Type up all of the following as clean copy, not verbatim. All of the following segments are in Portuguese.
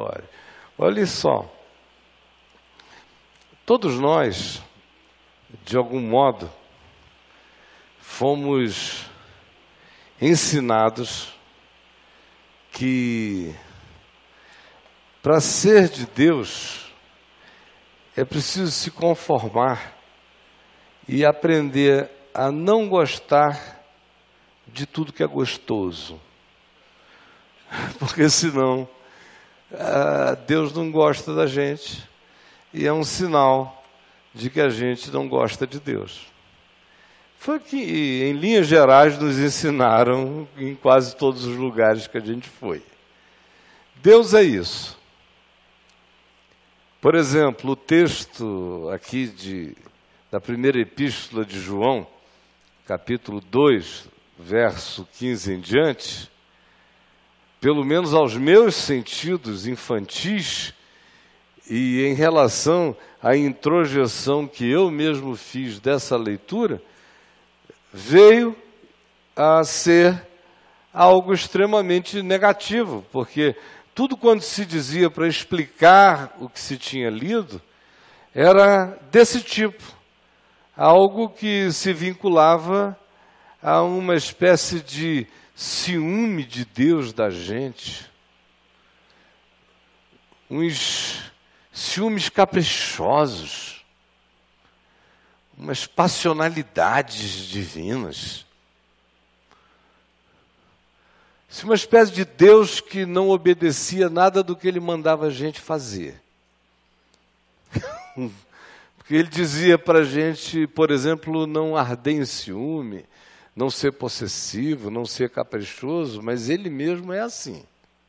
história. Olha só, todos nós, de algum modo, fomos ensinados que para ser de Deus é preciso se conformar e aprender a não gostar de tudo que é gostoso. Porque senão Deus não gosta da gente e é um sinal de que a gente não gosta de Deus. Foi que, em linhas gerais, nos ensinaram em quase todos os lugares que a gente foi. Deus é isso. Por exemplo, o texto aqui da primeira epístola de João, capítulo 2, verso 15 em diante, pelo menos aos meus sentidos infantis e em relação à introjeção que eu mesmo fiz dessa leitura, veio a ser algo extremamente negativo, porque tudo quando se dizia para explicar o que se tinha lido, era desse tipo, algo que se vinculava a uma espécie de ciúme de Deus da gente, uns ciúmes caprichosos, umas passionalidades divinas. Uma espécie de Deus que não obedecia nada do que ele mandava a gente fazer. Porque ele dizia para a gente, por exemplo, não arder em ciúme, não ser possessivo, não ser caprichoso, mas ele mesmo é assim.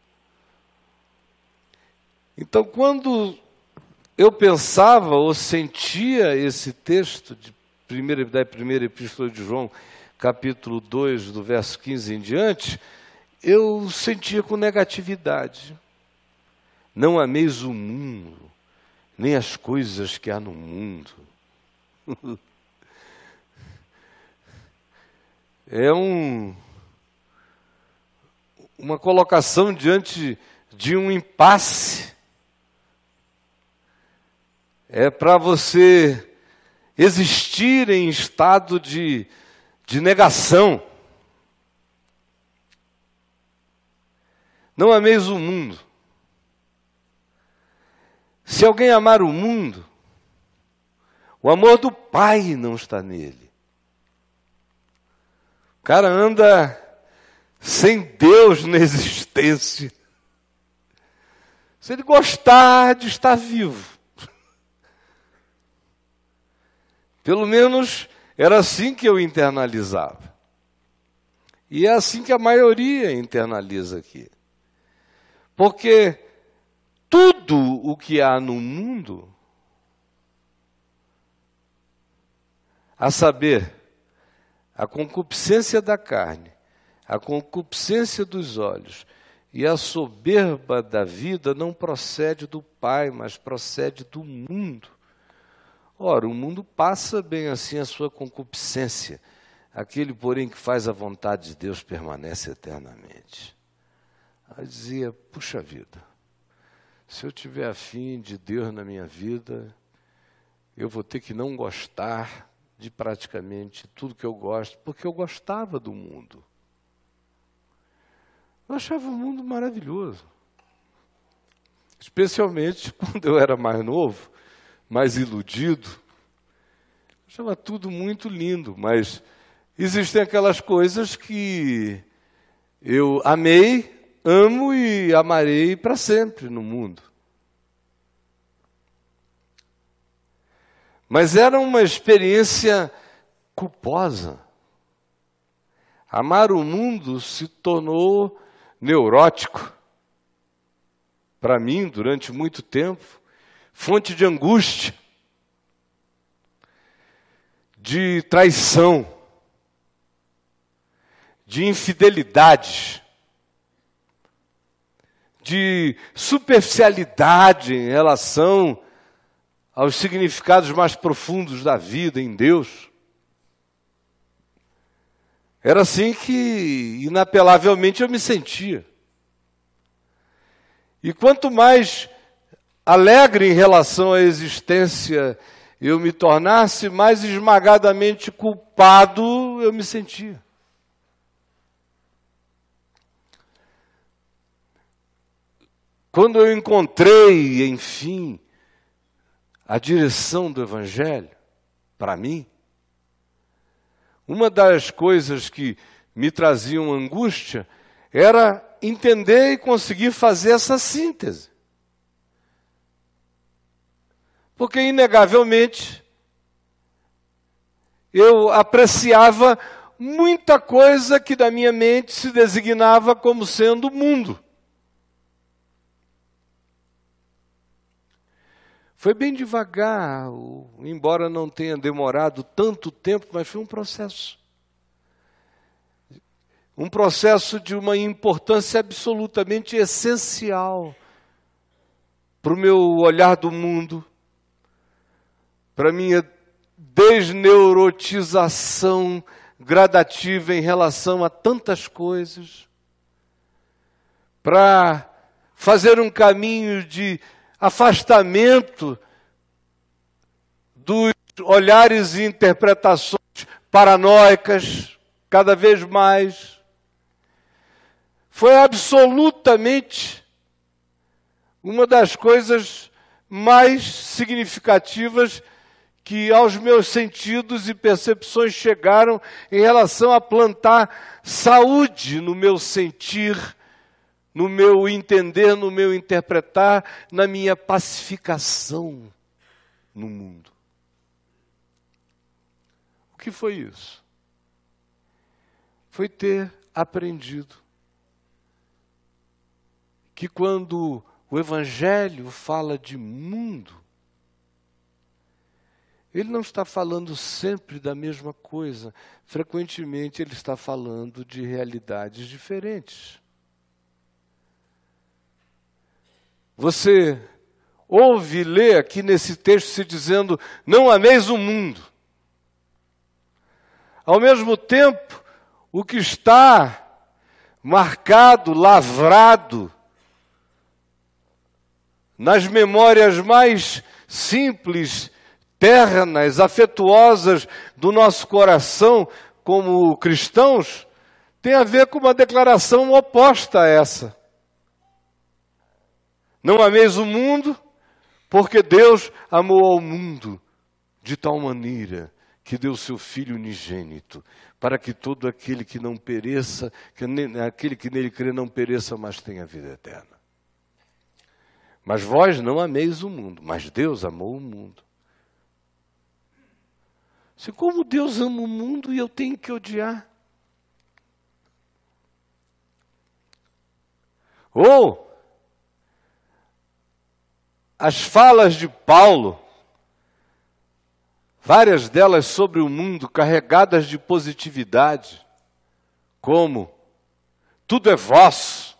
Então, quando eu pensava ou sentia esse texto da primeira epístola de João, capítulo 2, do verso 15 em diante, eu sentia com negatividade. Não ameis o mundo, nem as coisas que há no mundo. É uma colocação diante de um impasse. É para você existir em estado de negação. Não ameis o mundo. Se alguém amar o mundo, o amor do Pai não está nele. O cara anda sem Deus na existência. Se ele gostar de estar vivo. Pelo menos era assim que eu internalizava. E é assim que a maioria internaliza aqui. Porque tudo o que há no mundo, a saber, a concupiscência da carne, a concupiscência dos olhos e a soberba da vida não procede do Pai, mas procede do mundo. Ora, o mundo passa bem assim a sua concupiscência. Aquele, porém, que faz a vontade de Deus permanece eternamente. Aí dizia, puxa vida, se eu tiver afim de Deus na minha vida, eu vou ter que não gostar de praticamente tudo que eu gosto, porque eu gostava do mundo. Eu achava o mundo maravilhoso. Especialmente quando eu era mais novo, mais iludido. Eu achava tudo muito lindo, mas existem aquelas coisas que eu amei, amo e amarei para sempre no mundo. Mas era uma experiência culposa. Amar o mundo se tornou neurótico. Para mim, durante muito tempo, fonte de angústia, de traição, de infidelidade, de superficialidade em relação aos significados mais profundos da vida em Deus. Era assim que, inapelavelmente, eu me sentia. E quanto mais alegre em relação à existência eu me tornasse, mais esmagadamente culpado eu me sentia. Quando eu encontrei, enfim, a direção do Evangelho, para mim, uma das coisas que me traziam angústia era entender e conseguir fazer essa síntese. Porque, inegavelmente, eu apreciava muita coisa que da minha mente se designava como sendo mundo. Foi bem devagar, embora não tenha demorado tanto tempo, mas foi um processo. Um processo de uma importância absolutamente essencial para o meu olhar do mundo, para a minha desneurotização gradativa em relação a tantas coisas, para fazer um caminho de afastamento dos olhares e interpretações paranoicas, cada vez mais. Foi absolutamente uma das coisas mais significativas que aos meus sentidos e percepções chegaram em relação a plantar saúde no meu sentir, no meu entender, no meu interpretar, na minha pacificação no mundo. O que foi isso? Foi ter aprendido que quando o Evangelho fala de mundo, ele não está falando sempre da mesma coisa. Frequentemente ele está falando de realidades diferentes. Você ouve ler aqui nesse texto se dizendo, não ameis o mundo. Ao mesmo tempo, o que está marcado, lavrado, nas memórias mais simples, ternas, afetuosas do nosso coração como cristãos, tem a ver com uma declaração oposta a essa. Não ameis o mundo, porque Deus amou ao mundo de tal maneira que deu seu Filho unigênito, para que todo aquele que não pereça, aquele que nele crê não pereça, mas tenha vida eterna. Mas vós não ameis o mundo, mas Deus amou o mundo. Se como Deus ama o mundo e eu tenho que odiar? Ou as falas de Paulo, várias delas sobre o mundo, carregadas de positividade, como tudo é vosso,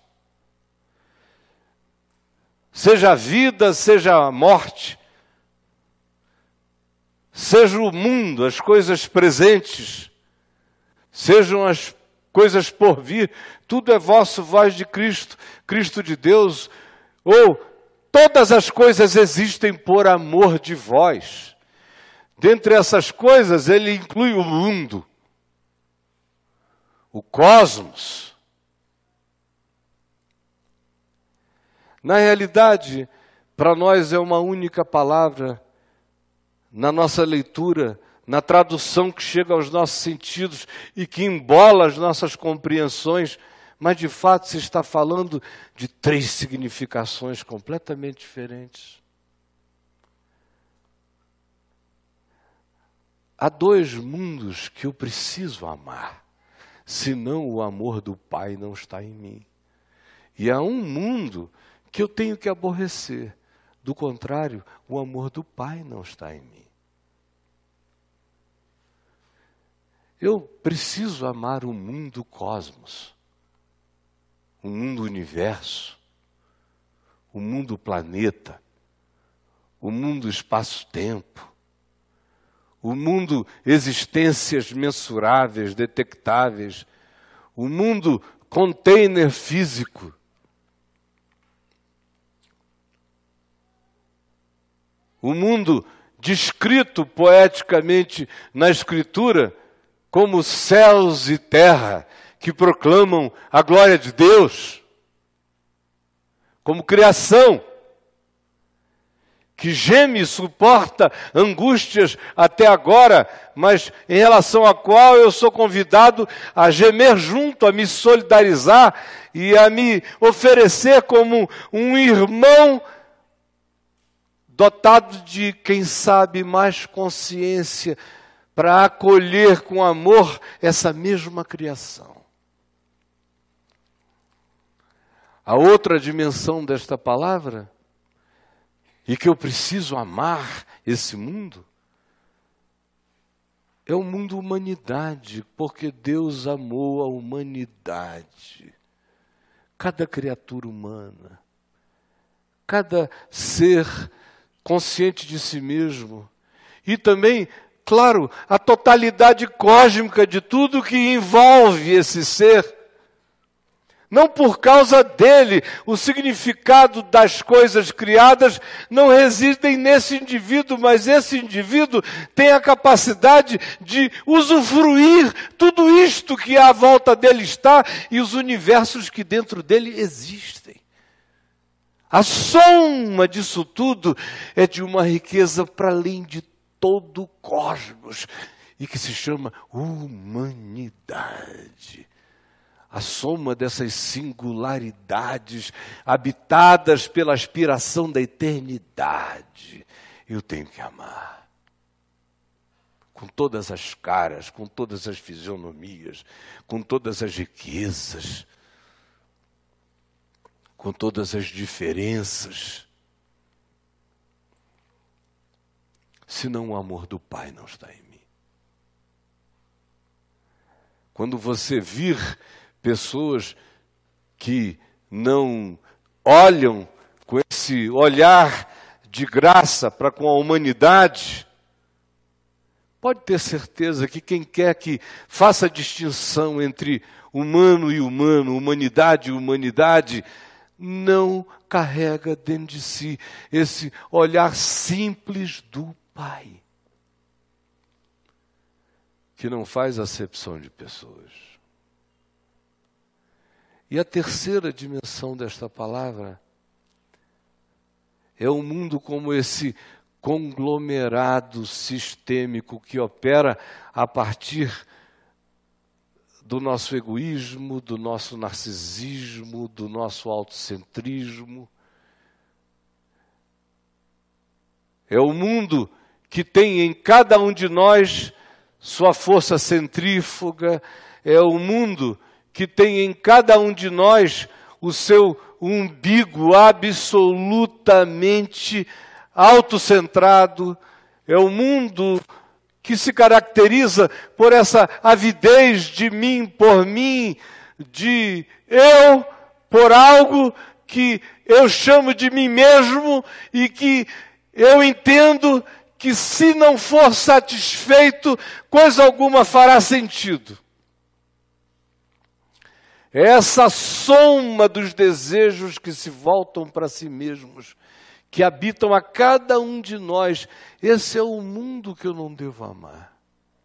seja a vida, seja a morte, seja o mundo, as coisas presentes, sejam as coisas por vir, tudo é vosso, vós de Cristo, Cristo de Deus, ou todas as coisas existem por amor de vós. Dentre essas coisas, ele inclui o mundo, o cosmos. Na realidade, para nós é uma única palavra na nossa leitura, na tradução que chega aos nossos sentidos e que embola as nossas compreensões, mas de fato se está falando de 3 significações completamente diferentes. Há 2 mundos que eu preciso amar, senão o amor do Pai não está em mim. E há um mundo que eu tenho que aborrecer, do contrário, o amor do Pai não está em mim. Eu preciso amar o mundo cosmos, o mundo universo, o mundo planeta, o mundo espaço-tempo, o mundo existências mensuráveis, detectáveis, o mundo container físico. O mundo descrito poeticamente na Escritura como céus e terra, que proclamam a glória de Deus, como criação, que geme e suporta angústias até agora, mas em relação à qual eu sou convidado a gemer junto, a me solidarizar e a me oferecer como um irmão dotado de, quem sabe, mais consciência para acolher com amor essa mesma criação. A outra dimensão desta palavra, e que eu preciso amar esse mundo, é o mundo humanidade, porque Deus amou a humanidade. Cada criatura humana, cada ser consciente de si mesmo, e também, claro, a totalidade cósmica de tudo que envolve esse ser. Não por causa dele, o significado das coisas criadas não residem nesse indivíduo, mas esse indivíduo tem a capacidade de usufruir tudo isto que à volta dele está e os universos que dentro dele existem. A soma disso tudo é de uma riqueza para além de todo o cosmos e que se chama humanidade. A soma dessas singularidades habitadas pela aspiração da eternidade. Eu tenho que amar. Com todas as caras, com todas as fisionomias, com todas as riquezas, com todas as diferenças. Senão o amor do Pai não está em mim. Quando você vir pessoas que não olham com esse olhar de graça para com a humanidade, pode ter certeza que quem quer que faça distinção entre humano e humano, humanidade e humanidade, não carrega dentro de si esse olhar simples do Pai, que não faz acepção de pessoas. E a terceira dimensão desta palavra é o mundo como esse conglomerado sistêmico que opera a partir do nosso egoísmo, do nosso narcisismo, do nosso autocentrismo. É o mundo que tem em cada um de nós sua força centrífuga, é o mundo que tem em cada um de nós o seu umbigo absolutamente autocentrado, é o mundo que se caracteriza por essa avidez de mim por mim, de eu por algo que eu chamo de mim mesmo e que eu entendo que se não for satisfeito, coisa alguma fará sentido. É essa soma dos desejos que se voltam para si mesmos, que habitam a cada um de nós. Esse é o mundo que eu não devo amar.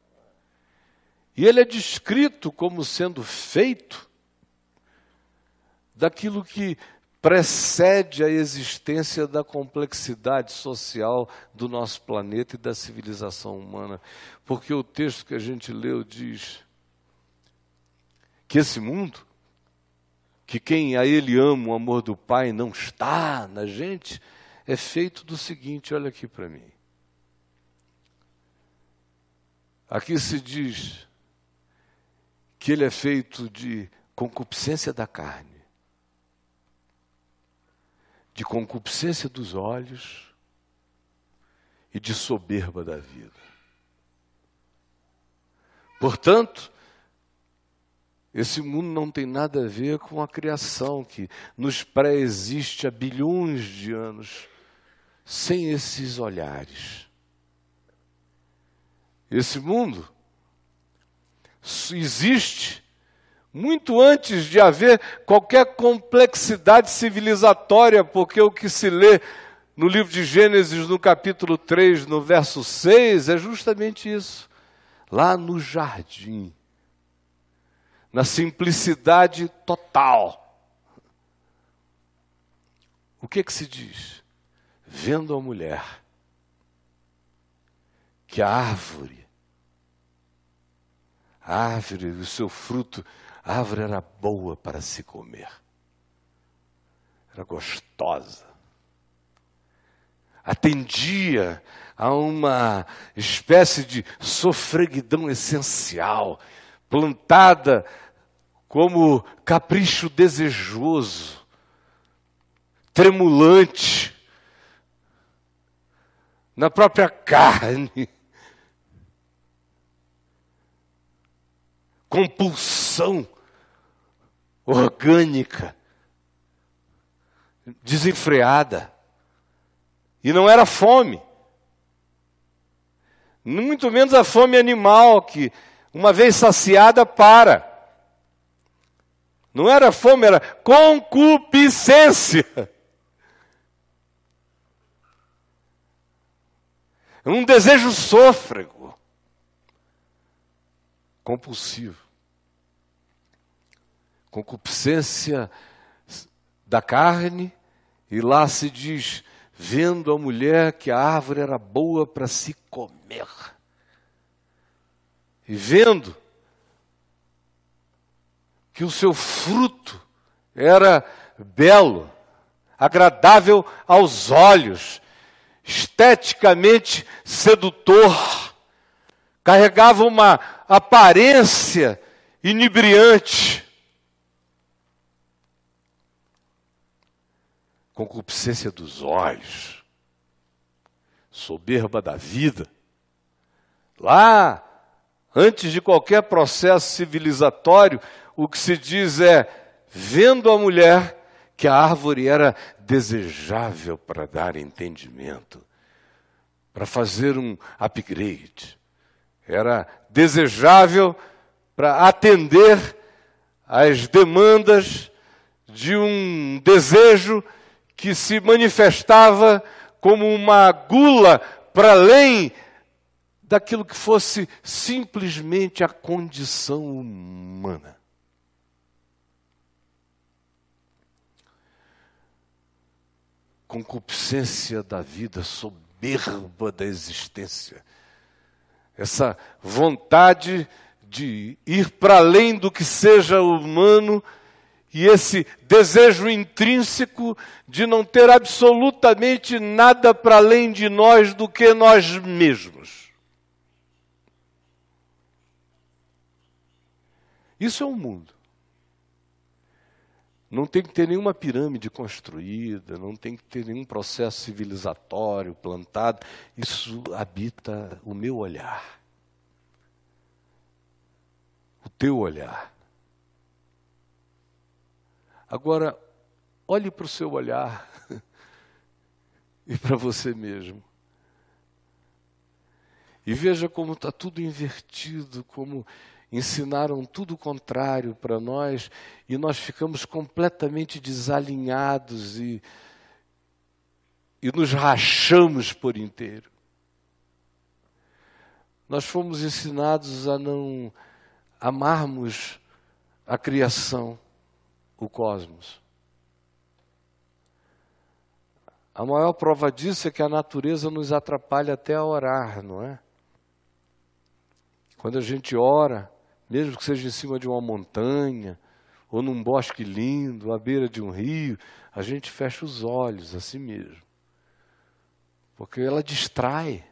E ele é descrito como sendo feito daquilo que precede a existência da complexidade social do nosso planeta e da civilização humana. Porque o texto que a gente leu diz que esse mundo, que quem a ele ama, o amor do Pai não está na gente, é feito do seguinte, olha aqui para mim. Aqui se diz que ele é feito de concupiscência da carne, de concupiscência dos olhos e de soberba da vida. Portanto, esse mundo não tem nada a ver com a criação que nos pré-existe há bilhões de anos, sem esses olhares. Esse mundo existe muito antes de haver qualquer complexidade civilizatória, porque o que se lê no livro de Gênesis, no capítulo 3, no verso 6, é justamente isso. Lá no jardim, na simplicidade total. O que se diz? Vendo a mulher que a árvore, o seu fruto, a árvore era boa para se comer. Era gostosa. Atendia a uma espécie de sofreguidão essencial, plantada como capricho desejoso, tremulante, na própria carne, compulsão orgânica, desenfreada. E não era fome. Muito menos a fome animal, que uma vez saciada para. Não era fome, era concupiscência. Um desejo sôfrego, compulsivo. Concupiscência da carne, e lá se diz, vendo a mulher que a árvore era boa para se comer. E vendo que o seu fruto era belo, agradável aos olhos, esteticamente sedutor, carregava uma aparência inebriante. Concupiscência dos olhos, soberba da vida. Lá, antes de qualquer processo civilizatório, o que se diz é, vendo a mulher, que a árvore era desejável para dar entendimento, para fazer um upgrade. Era desejável para atender às demandas de um desejo que se manifestava como uma gula para além daquilo que fosse simplesmente a condição humana. Concupiscência da vida, soberba da existência. Essa vontade de ir para além do que seja humano, e esse desejo intrínseco de não ter absolutamente nada para além de nós do que nós mesmos. Isso é o mundo. Não tem que ter nenhuma pirâmide construída, não tem que ter nenhum processo civilizatório plantado. Isso habita o meu olhar. O teu olhar. Agora, olhe para o seu olhar e para você mesmo. E veja como está tudo invertido, como ensinaram tudo o contrário para nós, e nós ficamos completamente desalinhados e nos rachamos por inteiro. Nós fomos ensinados a não amarmos a criação, o cosmos. A maior prova disso é que a natureza nos atrapalha até a orar, não é? Quando a gente ora, mesmo que seja em cima de uma montanha, ou num bosque lindo, à beira de um rio, a gente fecha os olhos a si mesmo. Porque ela distrai.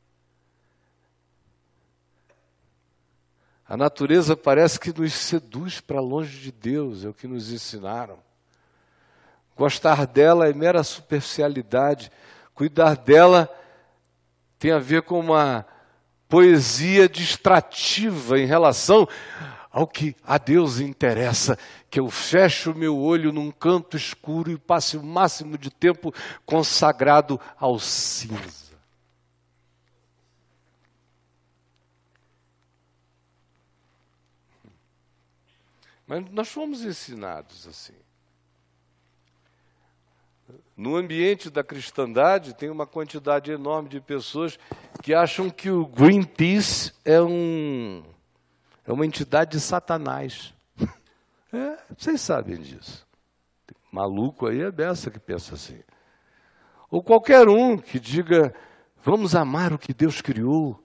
A natureza parece que nos seduz para longe de Deus, é o que nos ensinaram. Gostar dela é mera superficialidade. Cuidar dela tem a ver com uma poesia distrativa em relação ao que a Deus interessa, que eu feche o meu olho num canto escuro e passe o máximo de tempo consagrado ao cinza. Mas nós fomos ensinados assim. No ambiente da cristandade, tem uma quantidade enorme de pessoas que acham que o Greenpeace é uma entidade de Satanás. Vocês sabem disso. Tem maluco aí é dessa que pensa assim. Ou qualquer um que diga, vamos amar o que Deus criou.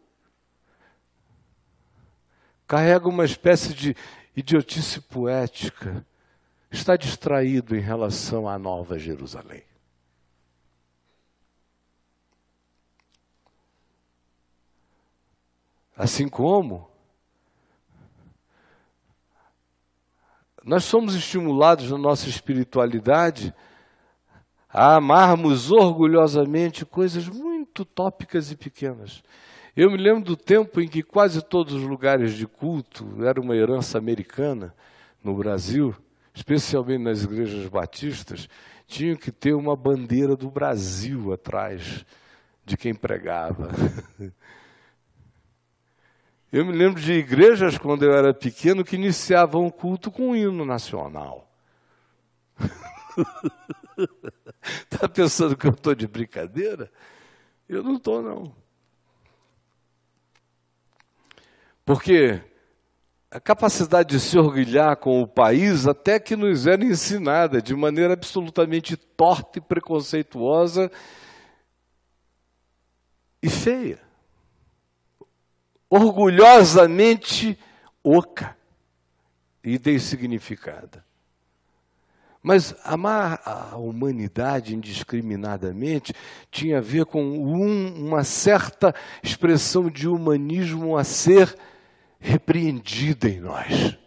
Carrega uma espécie de idiotice poética. Está distraído em relação à Nova Jerusalém. Assim como nós somos estimulados na nossa espiritualidade a amarmos orgulhosamente coisas muito utópicas e pequenas. Eu me lembro do tempo em que quase todos os lugares de culto, era uma herança americana no Brasil, especialmente nas igrejas batistas, tinham que ter uma bandeira do Brasil atrás de quem pregava. Eu me lembro de igrejas, quando eu era pequeno, que iniciavam o culto com um hino nacional. Está pensando que eu estou de brincadeira? Eu não estou, não. Porque a capacidade de se orgulhar com o país até que nos era ensinada de maneira absolutamente torta e preconceituosa e feia. Orgulhosamente oca e dessignificada. Mas amar a humanidade indiscriminadamente tinha a ver com uma certa expressão de humanismo a ser repreendida em nós.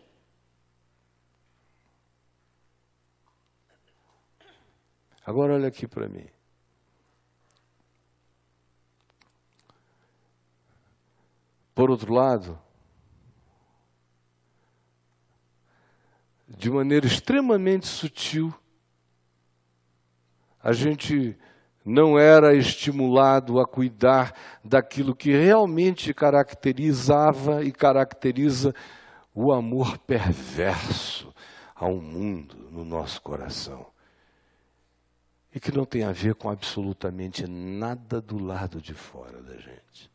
Agora olha aqui para mim. Por outro lado, de maneira extremamente sutil, a gente não era estimulado a cuidar daquilo que realmente caracterizava e caracteriza o amor perverso ao mundo no nosso coração. E que não tem a ver com absolutamente nada do lado de fora da gente.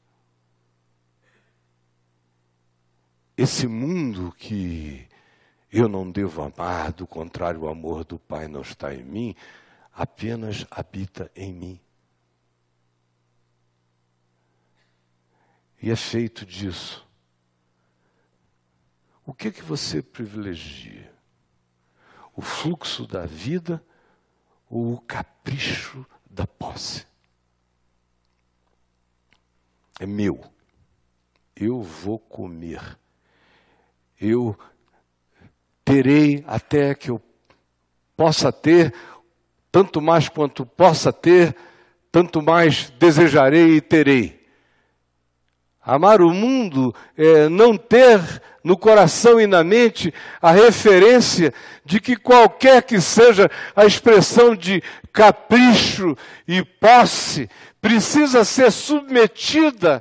Esse mundo que eu não devo amar, do contrário, o amor do Pai não está em mim, apenas habita em mim. E é feito disso. O que você privilegia? O fluxo da vida ou o capricho da posse? É meu. Eu vou comer. Eu terei até que eu possa ter, tanto mais quanto possa ter, tanto mais desejarei e terei. Amar o mundo é não ter no coração e na mente a referência de que qualquer que seja a expressão de capricho e posse precisa ser submetida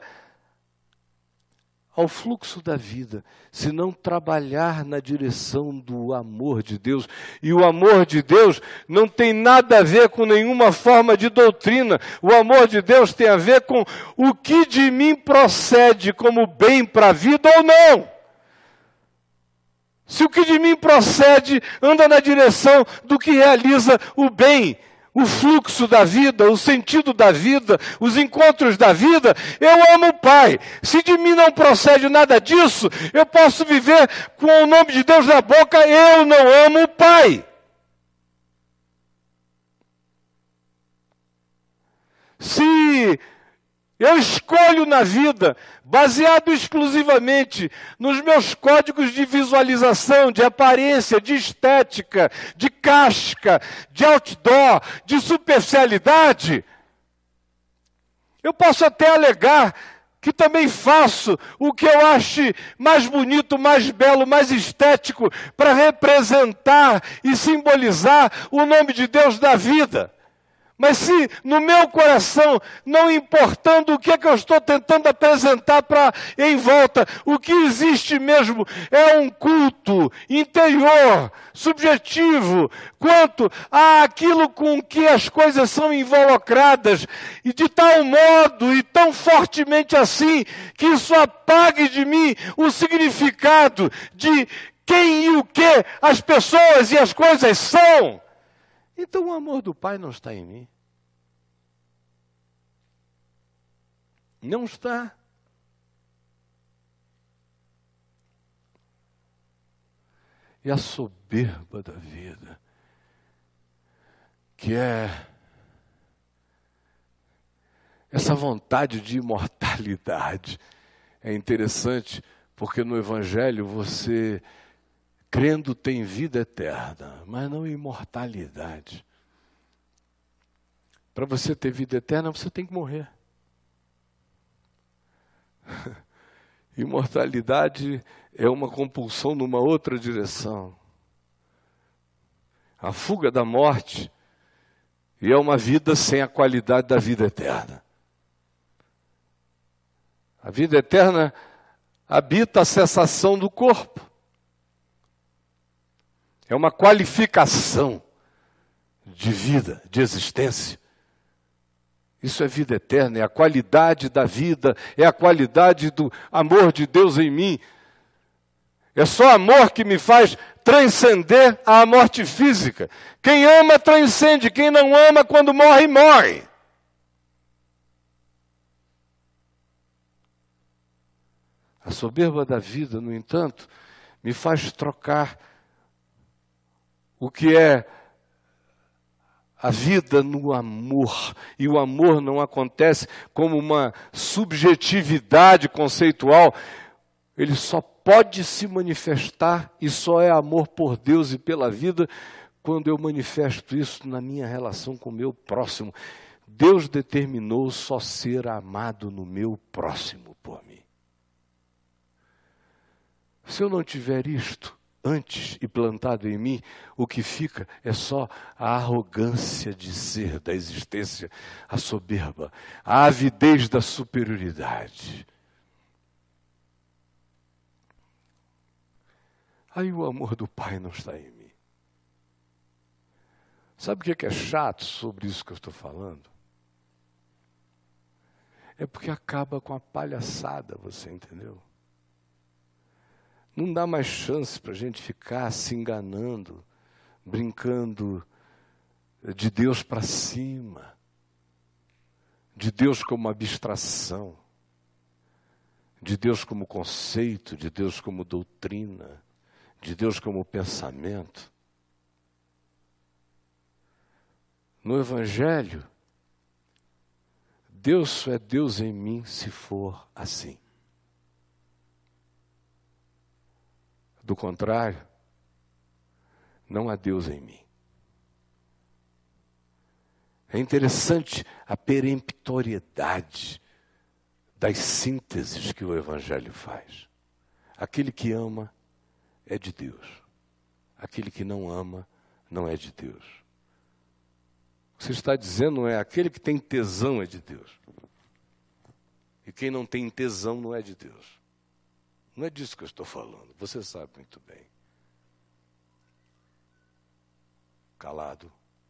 ao fluxo da vida, se não trabalhar na direção do amor de Deus. E o amor de Deus não tem nada a ver com nenhuma forma de doutrina. O amor de Deus tem a ver com o que de mim procede como bem para a vida ou não. Se o que de mim procede anda na direção do que realiza o bem, o fluxo da vida, o sentido da vida, os encontros da vida, eu amo o Pai. Se de mim não procede nada disso, eu posso viver com o nome de Deus na boca, eu não amo o Pai. Se eu escolho na vida, baseado exclusivamente nos meus códigos de visualização, de aparência, de estética, de casca, de outdoor, de superficialidade, eu posso até alegar que também faço o que eu ache mais bonito, mais belo, mais estético, para representar e simbolizar o nome de Deus da vida. Mas se no meu coração, não importando o que é que eu estou tentando apresentar em volta, o que existe mesmo é um culto interior, subjetivo, quanto àquilo com que as coisas são involucradas, e de tal modo e tão fortemente assim, que isso apague de mim o significado de quem e o que as pessoas e as coisas são. Então o amor do Pai não está em mim. Não está. E a soberba da vida, que é essa vontade de imortalidade, é interessante, porque no Evangelho você, crendo, tem vida eterna, mas não imortalidade. Para você ter vida eterna, você tem que morrer. Imortalidade é uma compulsão numa outra direção. A fuga da morte, e é uma vida sem a qualidade da vida eterna. A vida eterna habita a cessação do corpo. É uma qualificação de vida, de existência. Isso é vida eterna, é a qualidade da vida, é a qualidade do amor de Deus em mim. É só amor que me faz transcender a morte física. Quem ama, transcende. Quem não ama, quando morre, morre. A soberba da vida, no entanto, me faz trocar o que é a vida no amor. E o amor não acontece como uma subjetividade conceitual. Ele só pode se manifestar e só é amor por Deus e pela vida quando eu manifesto isso na minha relação com o meu próximo. Deus determinou só ser amado no meu próximo por mim. Se eu não tiver isto antes e plantado em mim, o que fica é só a arrogância de ser, da existência, a soberba, a avidez da superioridade. Aí o amor do Pai não está em mim. Sabe o que é chato sobre isso que eu estou falando? É porque acaba com a palhaçada, você entendeu? Não dá mais chance para a gente ficar se enganando, brincando de Deus para cima, de Deus como abstração, de Deus como conceito, de Deus como doutrina, de Deus como pensamento. No Evangelho, Deus só é Deus em mim se for assim. Do contrário, não há Deus em mim. É interessante a peremptoriedade das sínteses que o Evangelho faz. Aquele que ama é de Deus. Aquele que não ama não é de Deus. O que você está dizendo não é aquele que tem tesão é de Deus. E quem não tem tesão não é de Deus. Não é disso que eu estou falando, você sabe muito bem. Calado.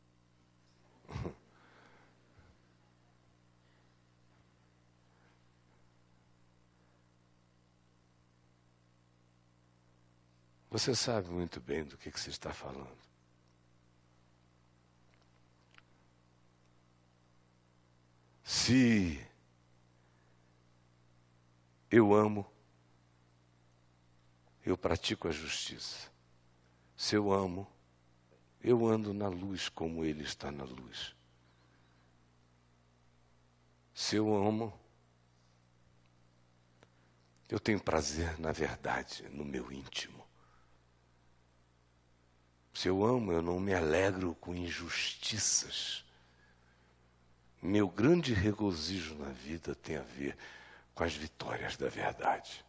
Você sabe muito bem do que você está falando. Se eu amo, eu pratico a justiça. Se eu amo, eu ando na luz como Ele está na luz. Se eu amo, eu tenho prazer na verdade, no meu íntimo. Se eu amo, eu não me alegro com injustiças. Meu grande regozijo na vida tem a ver com as vitórias da verdade.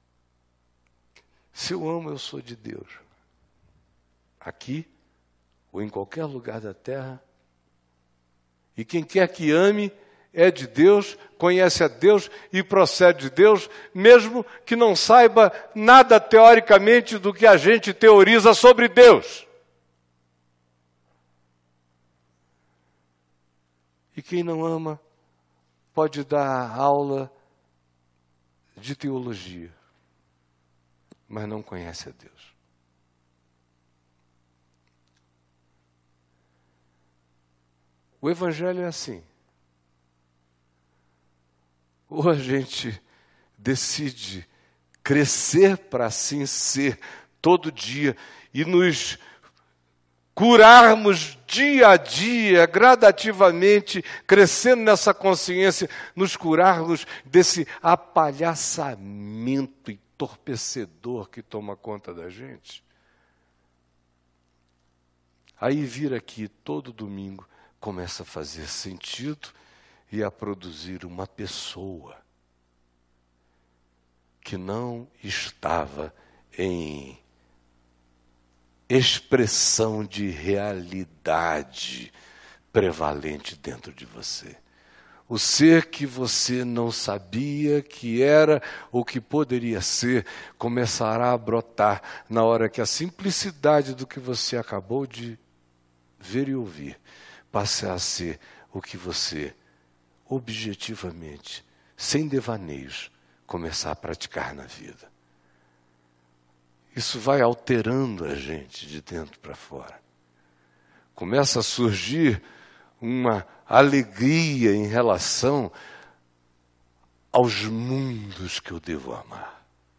Se eu amo, eu sou de Deus. Aqui ou em qualquer lugar da terra. E quem quer que ame é de Deus, conhece a Deus e procede de Deus, mesmo que não saiba nada teoricamente do que a gente teoriza sobre Deus. E quem não ama pode dar aula de teologia, mas não conhece a Deus. O Evangelho é assim. Ou a gente decide crescer para assim ser todo dia e nos curarmos dia a dia, gradativamente, crescendo nessa consciência, nos curarmos desse apalhaçamento entorpecedor que toma conta da gente. Aí vir aqui todo domingo começa a fazer sentido e a produzir uma pessoa que não estava em expressão de realidade prevalente dentro de você. O ser que você não sabia que era ou que poderia ser, começará a brotar na hora que a simplicidade do que você acabou de ver e ouvir passe a ser o que você, objetivamente, sem devaneios, começar a praticar na vida. Isso vai alterando a gente de dentro para fora. Começa a surgir uma alegria em relação aos mundos que eu devo amar.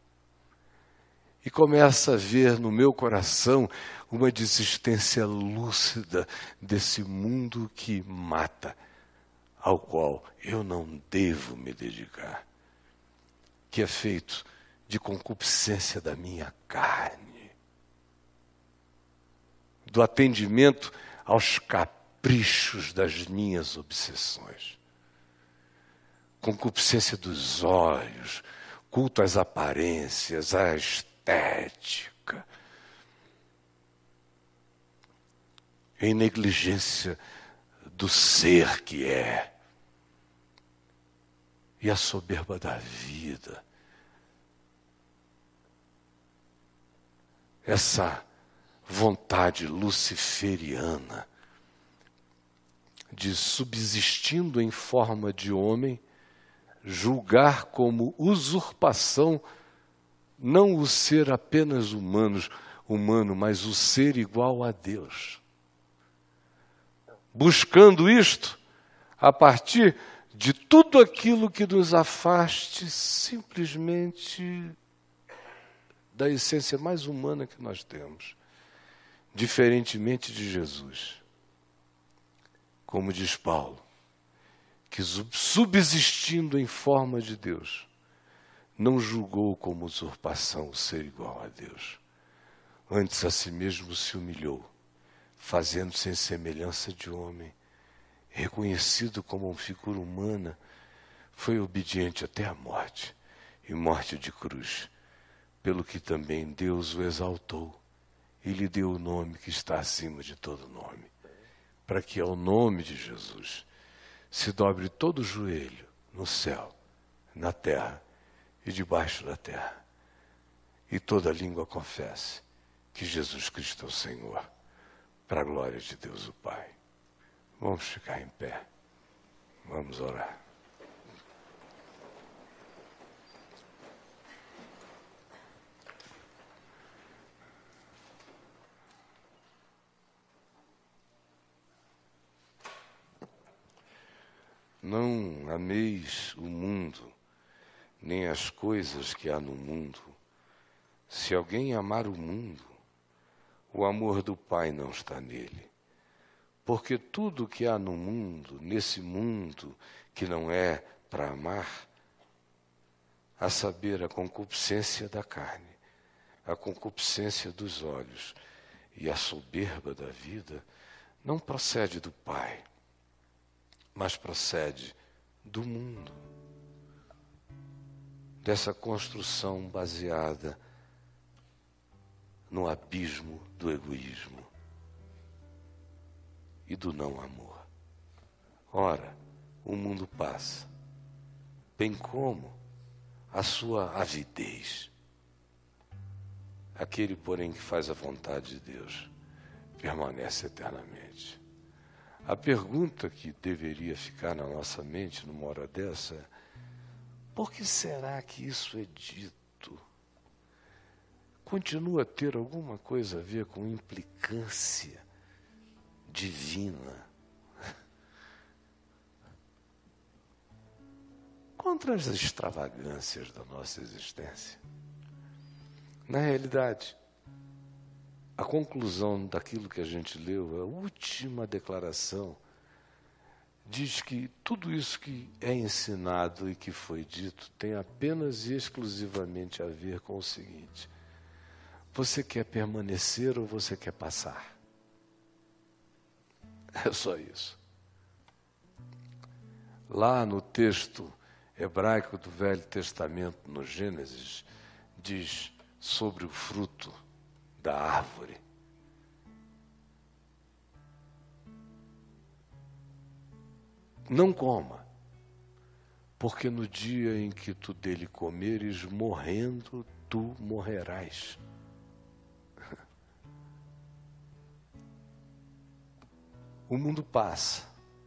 E começa a ver no meu coração uma desistência lúcida desse mundo que mata, ao qual eu não devo me dedicar, que é feito de concupiscência da minha carne, do atendimento aos caprichos das minhas obsessões, concupiscência dos olhos, culto às aparências, à estética, em negligência do ser que é, e a soberba da vida. Essa vontade luciferiana de, subsistindo em forma de homem, julgar como usurpação não o ser apenas humano, mas o ser igual a Deus. Buscando isto a partir de tudo aquilo que nos afaste simplesmente da essência mais humana que nós temos, diferentemente de Jesus. Como diz Paulo, que subsistindo em forma de Deus, não julgou como usurpação o ser igual a Deus. Antes a si mesmo se humilhou, fazendo-se em semelhança de homem, reconhecido como uma figura humana, foi obediente até a morte, e morte de cruz, pelo que também Deus o exaltou e lhe deu o nome que está acima de todo nome, para que ao nome de Jesus se dobre todo o joelho no céu, na terra e debaixo da terra, e toda língua confesse que Jesus Cristo é o Senhor, para a glória de Deus o Pai. Vamos ficar em pé, vamos orar. Não ameis o mundo, nem as coisas que há no mundo. Se alguém amar o mundo, o amor do Pai não está nele. Porque tudo que há no mundo, nesse mundo que não é para amar, a saber, a concupiscência da carne, a concupiscência dos olhos e a soberba da vida, não procede do Pai, mas procede do mundo, dessa construção baseada no abismo do egoísmo. e do não amor. Ora, o mundo passa, bem como a sua avidez. Aquele, porém, que faz a vontade de Deus permanece eternamente. A pergunta que deveria ficar na nossa mente numa hora dessa é: por que será que isso é dito? Continua a ter alguma coisa a ver com implicância divina contra as extravagâncias da nossa existência. Na realidade, a conclusão daquilo que a gente leu, a última declaração, diz que tudo isso que é ensinado e que foi dito tem apenas e exclusivamente a ver com o seguinte: você quer permanecer ou você quer passar? É só isso. Lá no texto hebraico do Velho Testamento, no Gênesis, diz sobre o fruto da árvore. Não coma, porque no dia em que tu dele comeres, morrendo, tu morrerás. O mundo passa.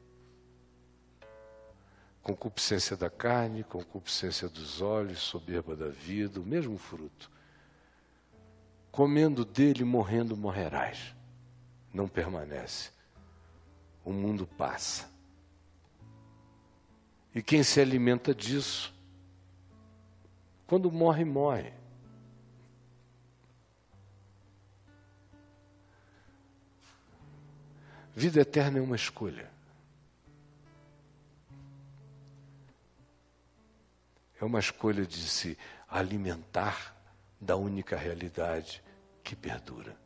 Concupiscência da carne, concupiscência dos olhos, soberba da vida, o mesmo fruto. Comendo dele, morrendo, morrerás. Não permanece. O mundo passa. E quem se alimenta disso, quando morre, morre. Vida eterna é uma escolha. É uma escolha de se alimentar da única realidade que perdura.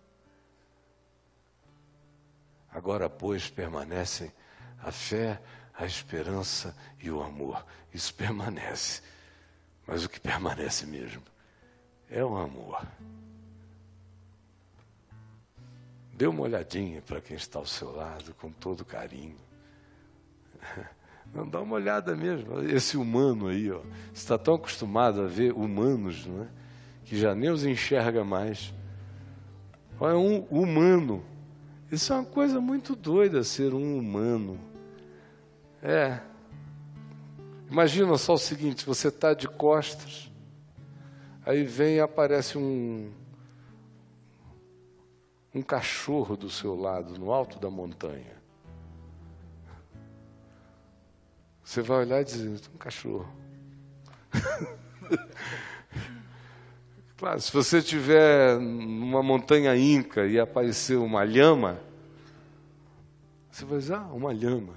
Agora, pois, permanecem a fé, a esperança e o amor. Isso permanece. Mas o que permanece mesmo é o amor. Dê uma olhadinha para quem está ao seu lado, com todo carinho. Não, dá uma olhada mesmo. Esse humano aí, ó, você está tão acostumado a ver humanos, não é? Que já nem os enxerga mais. Olha, um humano. Isso é uma coisa muito doida, ser um humano. Imagina só o seguinte: você está de costas, aí vem e aparece um cachorro do seu lado, no alto da montanha. Você vai olhar e dizer: um cachorro. Claro, se você estiver numa montanha inca e aparecer uma lhama, você vai dizer: uma lhama.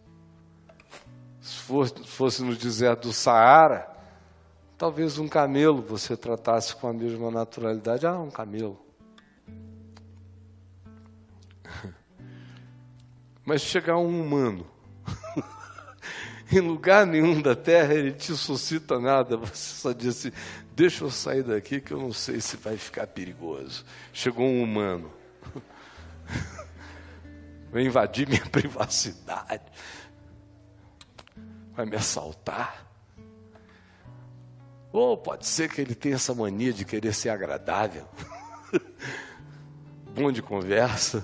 Se fosse no deserto do Saara, talvez um camelo você tratasse com a mesma naturalidade. Um camelo. Mas chegar um humano, em lugar nenhum da terra ele te suscita nada, você só diz assim: deixa eu sair daqui que eu não sei se vai ficar perigoso. Chegou um humano, vai invadir minha privacidade, vai me assaltar. Ou pode ser que ele tenha essa mania de querer ser agradável, bom de conversa.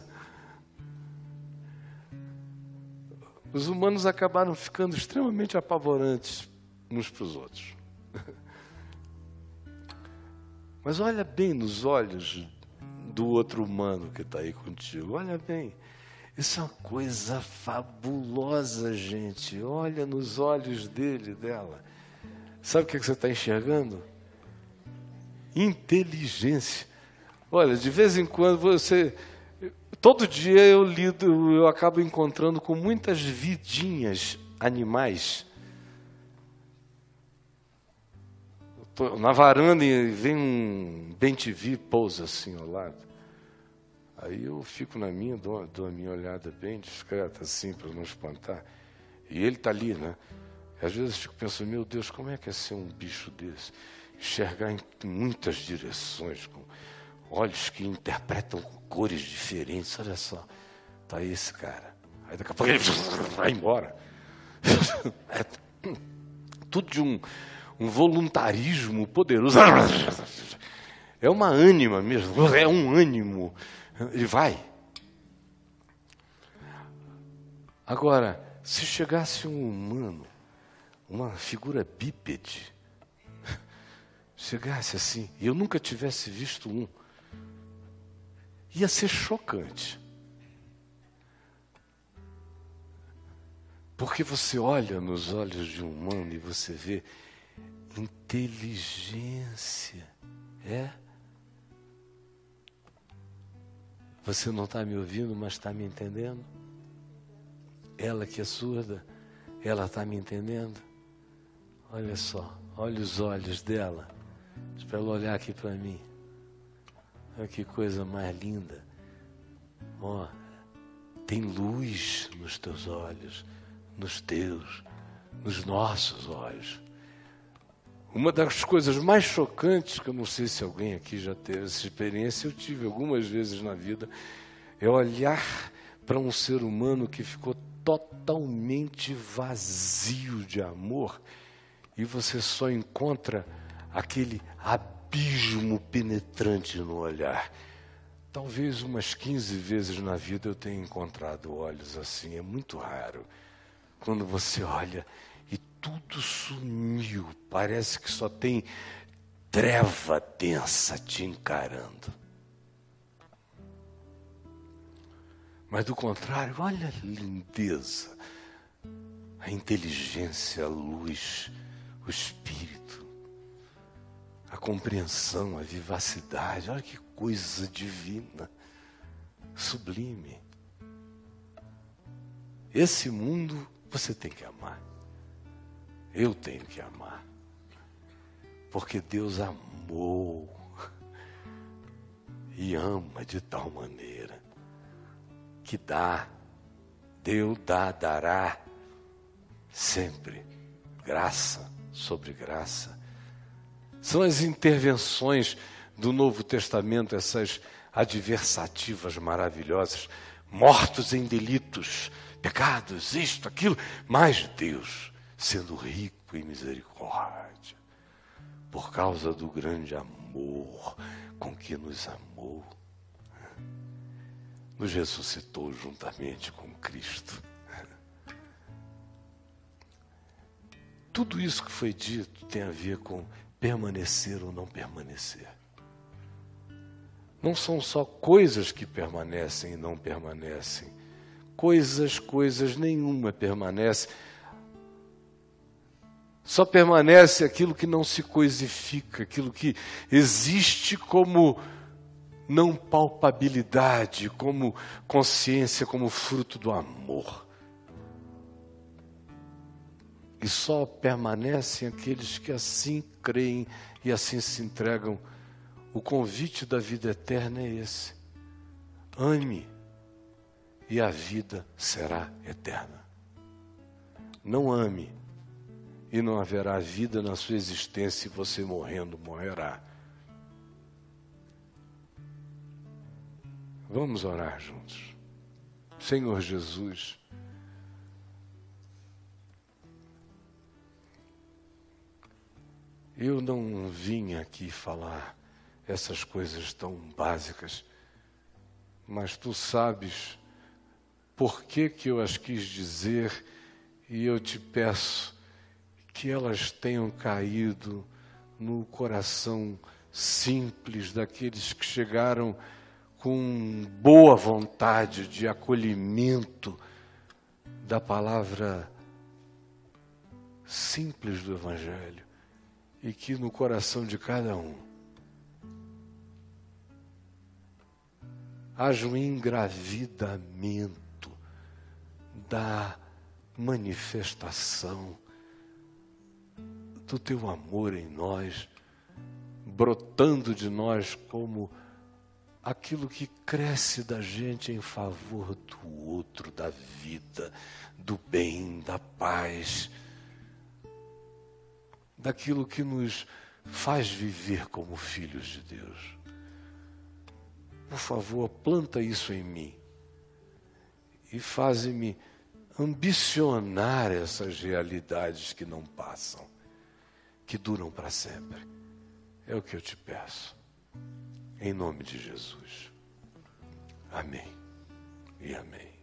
Os humanos acabaram ficando extremamente apavorantes uns para os outros. Mas olha bem nos olhos do outro humano que está aí contigo. Olha bem. Isso é uma coisa fabulosa, gente. Olha nos olhos dele, dela. Sabe o que você está enxergando? Inteligência. Olha, de vez em quando você... Todo dia eu acabo encontrando com muitas vidinhas animais. Estou na varanda e vem um bem-te-vi, pousa assim ao lado. Aí eu fico na minha, dou a minha olhada bem discreta assim, para não espantar. E ele está ali, né? E às vezes eu fico pensando: meu Deus, como é que é ser um bicho desse? Enxergar em muitas direções, com olhos que interpretam cores diferentes, olha só. tá aí esse cara. Aí daqui a pouco ele vai embora. É tudo de um voluntarismo poderoso. É uma ânima mesmo, é um ânimo. Ele vai. Agora, se chegasse um humano, uma figura bípede, chegasse assim, e eu nunca tivesse visto um, ia ser chocante. Porque você olha nos olhos de um humano e você vê inteligência. Você não está me ouvindo, mas está me entendendo? Ela que é surda, ela está me entendendo? Olha só, olha os olhos dela. Espera ela olhar aqui para mim. Olha que coisa mais linda. Ó, tem luz nos teus olhos, nos teus, nos nossos olhos. Uma das coisas mais chocantes, que eu não sei se alguém aqui já teve essa experiência, eu tive algumas vezes na vida, é olhar para um ser humano que ficou totalmente vazio de amor e você só encontra aquele abismo penetrante no olhar. Talvez umas 15 vezes na vida eu tenha encontrado olhos assim, é muito raro. Quando você olha e tudo sumiu, parece que só tem treva densa te encarando. Mas do contrário, olha a lindeza, a inteligência, a luz, o espírito, a compreensão, a vivacidade. Olha que coisa divina, sublime. Esse mundo você tem que amar. Eu tenho que amar. Porque Deus amou e ama de tal maneira que Deus dará sempre graça sobre graça. São as intervenções do Novo Testamento, essas adversativas maravilhosas, mortos em delitos, pecados, isto, aquilo, mas Deus, sendo rico em misericórdia, por causa do grande amor com que nos amou, nos ressuscitou juntamente com Cristo. Tudo isso que foi dito tem a ver com permanecer ou não permanecer. Não são só coisas que permanecem e não permanecem. Coisas nenhuma permanece. Só permanece aquilo que não se coisifica, aquilo que existe como não palpabilidade, como consciência, como fruto do amor. E só permanecem aqueles que assim creem e assim se entregam. O convite da vida eterna é esse. Ame e a vida será eterna. Não ame e não haverá vida na sua existência e você morrendo morrerá. Vamos orar juntos. Senhor Jesus, eu não vim aqui falar essas coisas tão básicas, mas Tu sabes por que eu as quis dizer e eu te peço que elas tenham caído no coração simples daqueles que chegaram com boa vontade de acolhimento da palavra simples do Evangelho e que no coração de cada um haja um engravidamento da manifestação do Teu amor em nós, brotando de nós como aquilo que cresce da gente em favor do outro, da vida, do bem, da paz, daquilo que nos faz viver como filhos de Deus. Por favor, planta isso em mim e faze-me ambicionar essas realidades que não passam, que duram para sempre. É o que eu te peço, em nome de Jesus. Amém e amém.